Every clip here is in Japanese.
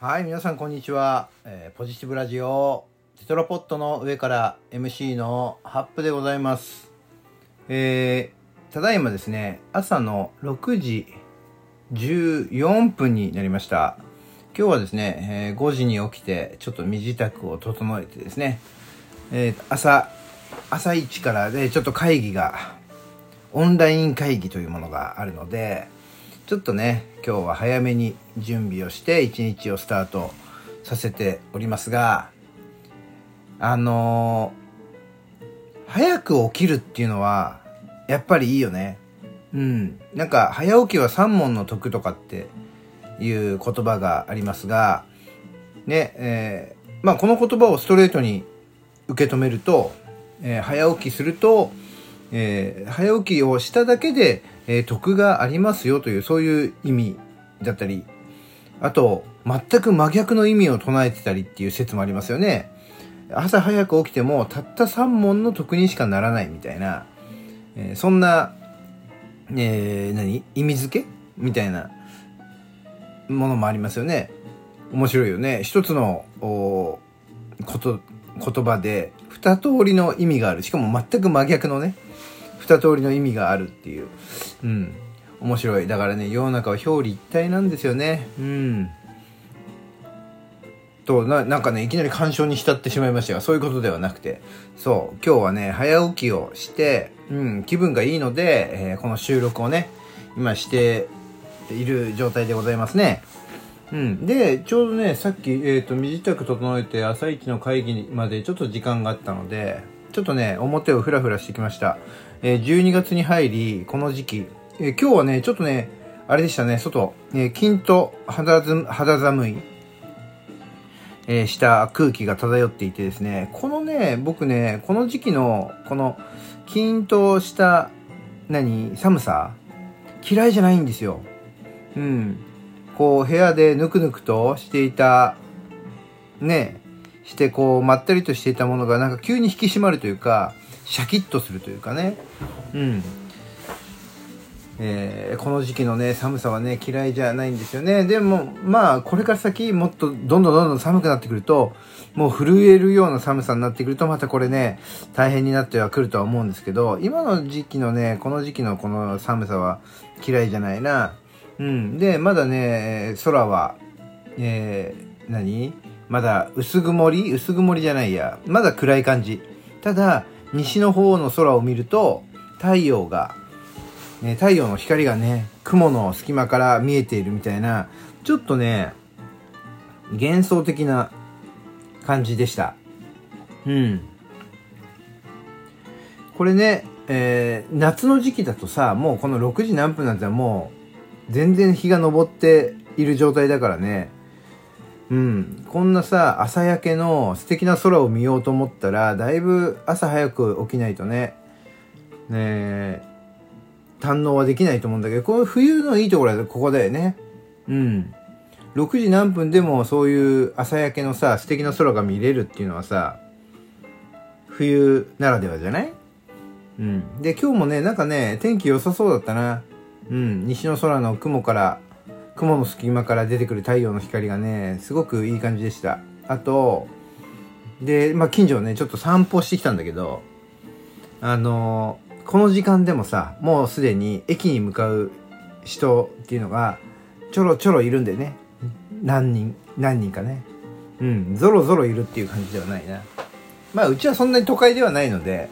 はい、皆さんこんにちは。ポジティブラジオテトラポットの上から MC のハップでございます。ただいまですね、朝の6時14分になりました。今日はですね、5時に起きてちょっと身支度を整えてですね、朝一からでちょっと会議がオンライン会議というものがあるので、ちょっとね今日は早めに準備をして一日をスタートさせておりますが、早く起きるっていうのはやっぱりいいよね。なんか早起きは三問の得とかっていう言葉がありますがね、この言葉をストレートに受け止めると、早起きすると、早起きをしただけで、得がありますよというそういう意味だったり、あと全く真逆の意味を唱えてたりっていう説もありますよね。朝早く起きてもたった3問の得にしかならないみたいな、そんな、意味付けみたいなものもありますよね。面白いよね。一つの言葉で二通りの意味がある。しかも全く真逆のね二通りの意味があるっていう、面白い。だからね、世の中は表裏一体なんですよね。なんかね、いきなり感傷に浸ってしまいましたが、そういうことではなくて、そう今日はね早起きをして、気分がいいので、この収録をね今している状態でございますね。でちょうどねさっき、身支度整えて朝一の会議までちょっと時間があったので、ちょっとね表をフラフラしてきました。12月に入りこの時期、今日はねちょっとねあれでしたね、外、金と肌寒い、した空気が漂っていてですね、このね僕ねこの時期のこの金とした寒さ嫌いじゃないんですよ。こう部屋でぬくぬくとしていたしてこうまったりとしていたものがなんか急に引き締まるというか、シャキッとするというかね。この時期のね寒さはね嫌いじゃないんですよね。でもこれから先もっとどんどん寒くなってくると、もう震えるような寒さになってくるとまたこれね大変になってはくるとは思うんですけど、今の時期のねこの時期のこの寒さは嫌いじゃないな。でまだね空はまだ薄曇りじゃないや、まだ暗い感じ。ただ西の方の空を見ると太陽の光がね雲の隙間から見えているみたいな、ちょっとね幻想的な感じでした。これね、夏の時期だとさ、もうこの6時何分なんてもう全然日が昇っている状態だからね。こんなさ朝焼けの素敵な空を見ようと思ったらだいぶ朝早く起きないとね堪能はできないと思うんだけど、この冬のいいところはここだよね。6時何分でもそういう朝焼けのさ素敵な空が見れるっていうのはさ冬ならではじゃない？で今日もねなんかね天気良さそうだったな。西の空の雲の隙間から出てくる太陽の光がねすごくいい感じでした。あとで近所をねちょっと散歩してきたんだけど、この時間でもさもうすでに駅に向かう人っていうのがちょろちょろいるんでね、何人かね、ぞろぞろいるっていう感じではないな。うちはそんなに都会ではないので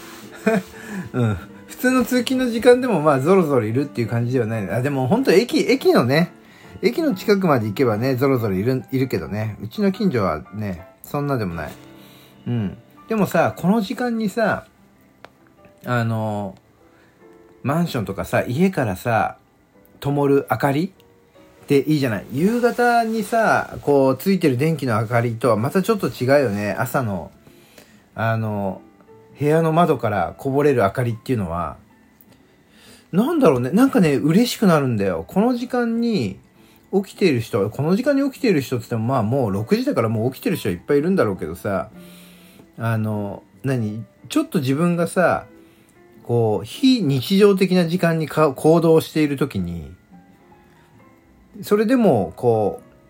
普通の通勤の時間でもぞろぞろいるっていう感じではない。でも本当駅の近くまで行けばねぞろぞろいるけどね、うちの近所はねそんなでもない。でもさこの時間にさマンションとかさ家からさ灯る明かりっていいじゃない。夕方にさこうついてる電気の明かりとはまたちょっと違うよね。朝の部屋の窓からこぼれる明かりっていうのはなんだろうね、なんかね嬉しくなるんだよ。この時間に起きている人って言ってももう6時だからもう起きてる人はいっぱいいるんだろうけどさ、ちょっと自分がさこう非日常的な時間に行動している時にそれでもこ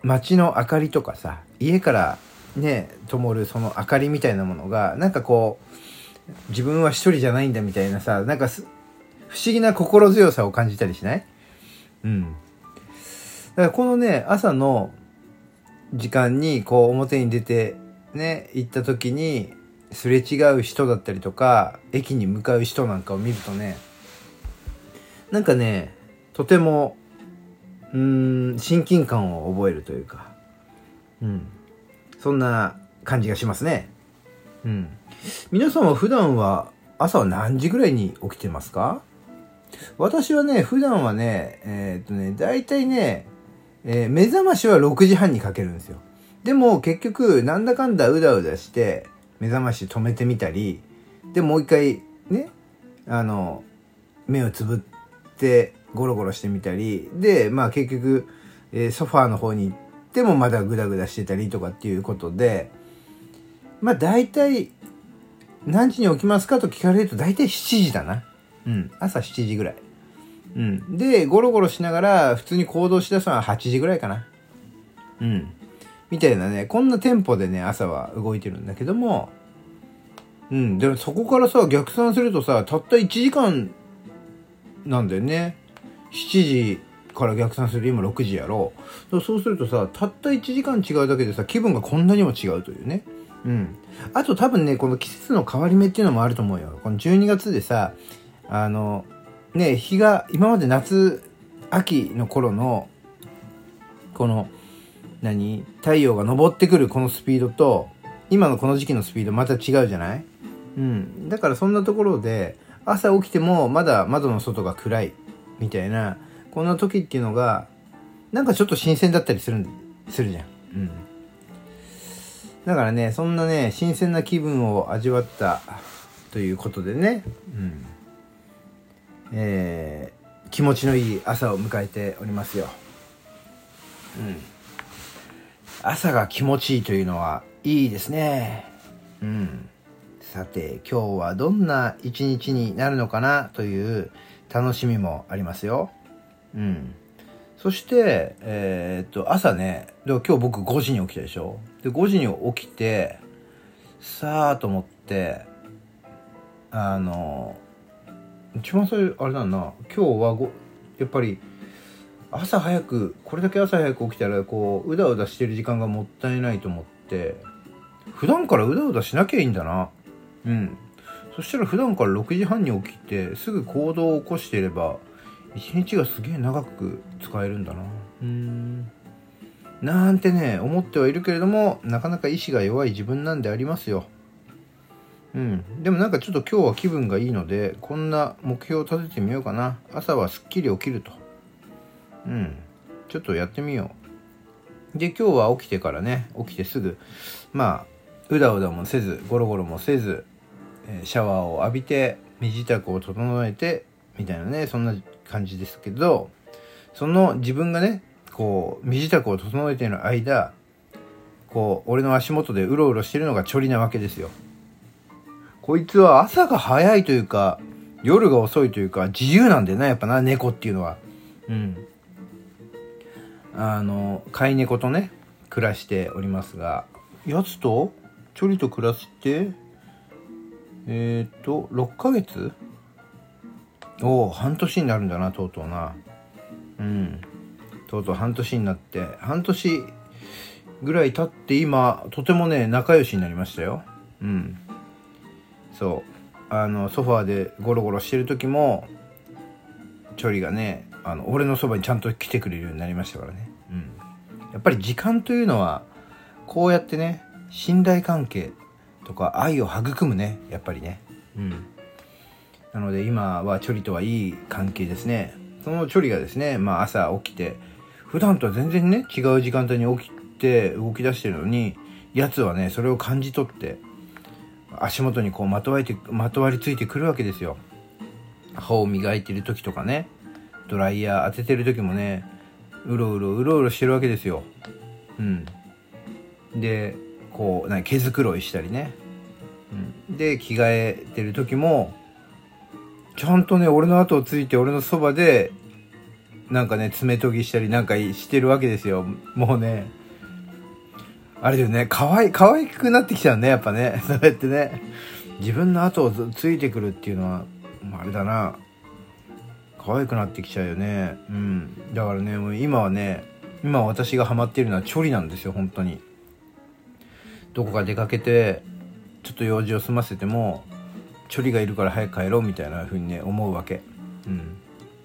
街の明かりとかさ、家からね灯るその明かりみたいなものがなんかこう自分は一人じゃないんだみたいなさ、なんか不思議な心強さを感じたりしない？だからこのね朝の時間にこう表に出てね行った時にすれ違う人だったりとか駅に向かう人なんかを見るとね、なんかねとても親近感を覚えるというか、そんな感じがしますね。皆さんは普段は朝は何時ぐらいに起きてますか？私はね普段はねだいたいね、目覚ましは6時半にかけるんですよ。でも結局なんだかんだうだうだして目覚まし止めてみたりでもう一回ね目をつぶってゴロゴロしてみたりで、まあ結局、ソファーの方に行ってもまだグダグダしてたりとかっていうことで、まあ大体何時に起きますかと聞かれると大体7時だな。朝7時ぐらい。でゴロゴロしながら普通に行動しだすのは8時ぐらいかな。みたいなね、こんなテンポでね朝は動いてるんだけども、でもそこからさ逆算するとさたった1時間なんだよね。7時から逆算すると今6時やろう。そうするとさたった1時間違うだけでさ気分がこんなにも違うというね。あと多分ねこの季節の変わり目っていうのもあると思うよ。この12月でさ日が今まで夏秋の頃のこの太陽が昇ってくるこのスピードと今のこの時期のスピードまた違うじゃない？だからそんなところで朝起きてもまだ窓の外が暗いみたいなこんな時っていうのがなんかちょっと新鮮だったりするじゃん。だからねそんなね新鮮な気分を味わったということでね、気持ちのいい朝を迎えておりますよ。朝が気持ちいいというのはいいですね。さて今日はどんな一日になるのかなという楽しみもありますよ。そして朝ね今日僕5時に起きたでしょ。で5時に起きてさあと思って一番最初あれだな、今日はやっぱり朝早くこれだけ朝早く起きたらこううだうだしてる時間がもったいないと思って普段からうだうだしなきゃいいんだな。そしたら普段から6時半に起きてすぐ行動を起こしていれば一日がすげえ長く使えるんだな。なんてね思ってはいるけれどもなかなか意志が弱い自分なんでありますよ。でもなんかちょっと今日は気分がいいのでこんな目標を立ててみようかな。朝はすっきり起きると。ちょっとやってみよう。で今日は起きてからね起きてすぐうだうだもせずゴロゴロもせず、シャワーを浴びて身支度を整えてみたいなねそんな感じですけど、その自分がねこう身支度を整えている間こう俺の足元でうろうろしてるのがチョリなわけですよ。こいつは朝が早いというか夜が遅いというか自由なんだよなやっぱな、猫っていうのは。飼い猫とね暮らしておりますが、やつとチョリと暮らして6ヶ月半年になるんだなとうとうな。とうとう半年になって半年ぐらい経って今とてもね仲良しになりましたよ。そうソファーでゴロゴロしてる時もチョリがね俺のそばにちゃんと来てくれるようになりましたからね。やっぱり時間というのはこうやってね信頼関係とか愛を育むねやっぱりね。なので今はチョリとはいい関係ですね。そのチョリがですね朝起きて普段とは全然ね違う時間帯に起きて動き出してるのにやつはねそれを感じ取って足元にこうまとわりついてくるわけですよ。歯を磨いてる時とかねドライヤー当ててる時もねうろうろしてるわけですよ。でこう毛づくろいしたりね、で着替えてる時もちゃんとね俺の後をついて俺のそばでなんかね、爪研ぎしたりなんかしてるわけですよ。もうね、あれだよね、可愛くなってきちゃうね、やっぱね。そうやってね、自分の後をついてくるっていうのは、あれだな、可愛くなってきちゃうよね。うん。だからね、もう今私がハマっているのはチョリなんですよ、本当に。どこか出かけて、ちょっと用事を済ませても、チョリがいるから早く帰ろうみたいな風にね、思うわけ。うん。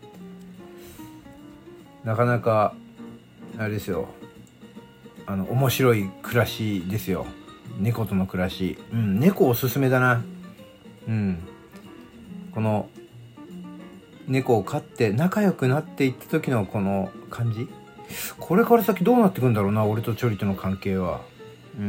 なかなか、あれですよ。面白い暮らしですよ。猫との暮らし。うん、猫おすすめだな。うん。この、猫を飼って仲良くなっていった時のこの感じ。これから先どうなってくんだろうな、俺とチョリとの関係は。うん。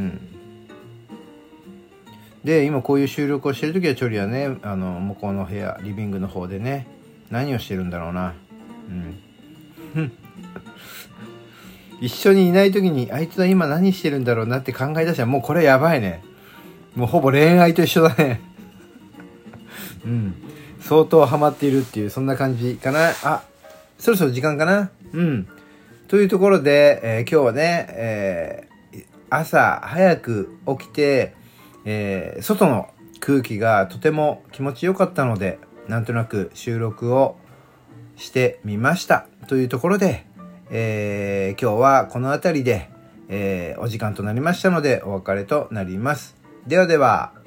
で、今こういう収録をしてる時はチョリはね、向こうの部屋、リビングの方でね、何をしてるんだろうな。うん。一緒にいない時にあいつは今何してるんだろうなって考え出したらもうこれやばいね。もうほぼ恋愛と一緒だね。うん。相当ハマっているっていうそんな感じかな。あ、そろそろ時間かな。うん。というところで、今日はね、朝早く起きて、外の空気がとても気持ちよかったので、なんとなく収録をしてみました。というところで、今日はこの辺りで、お時間となりましたのでお別れとなります。ではでは。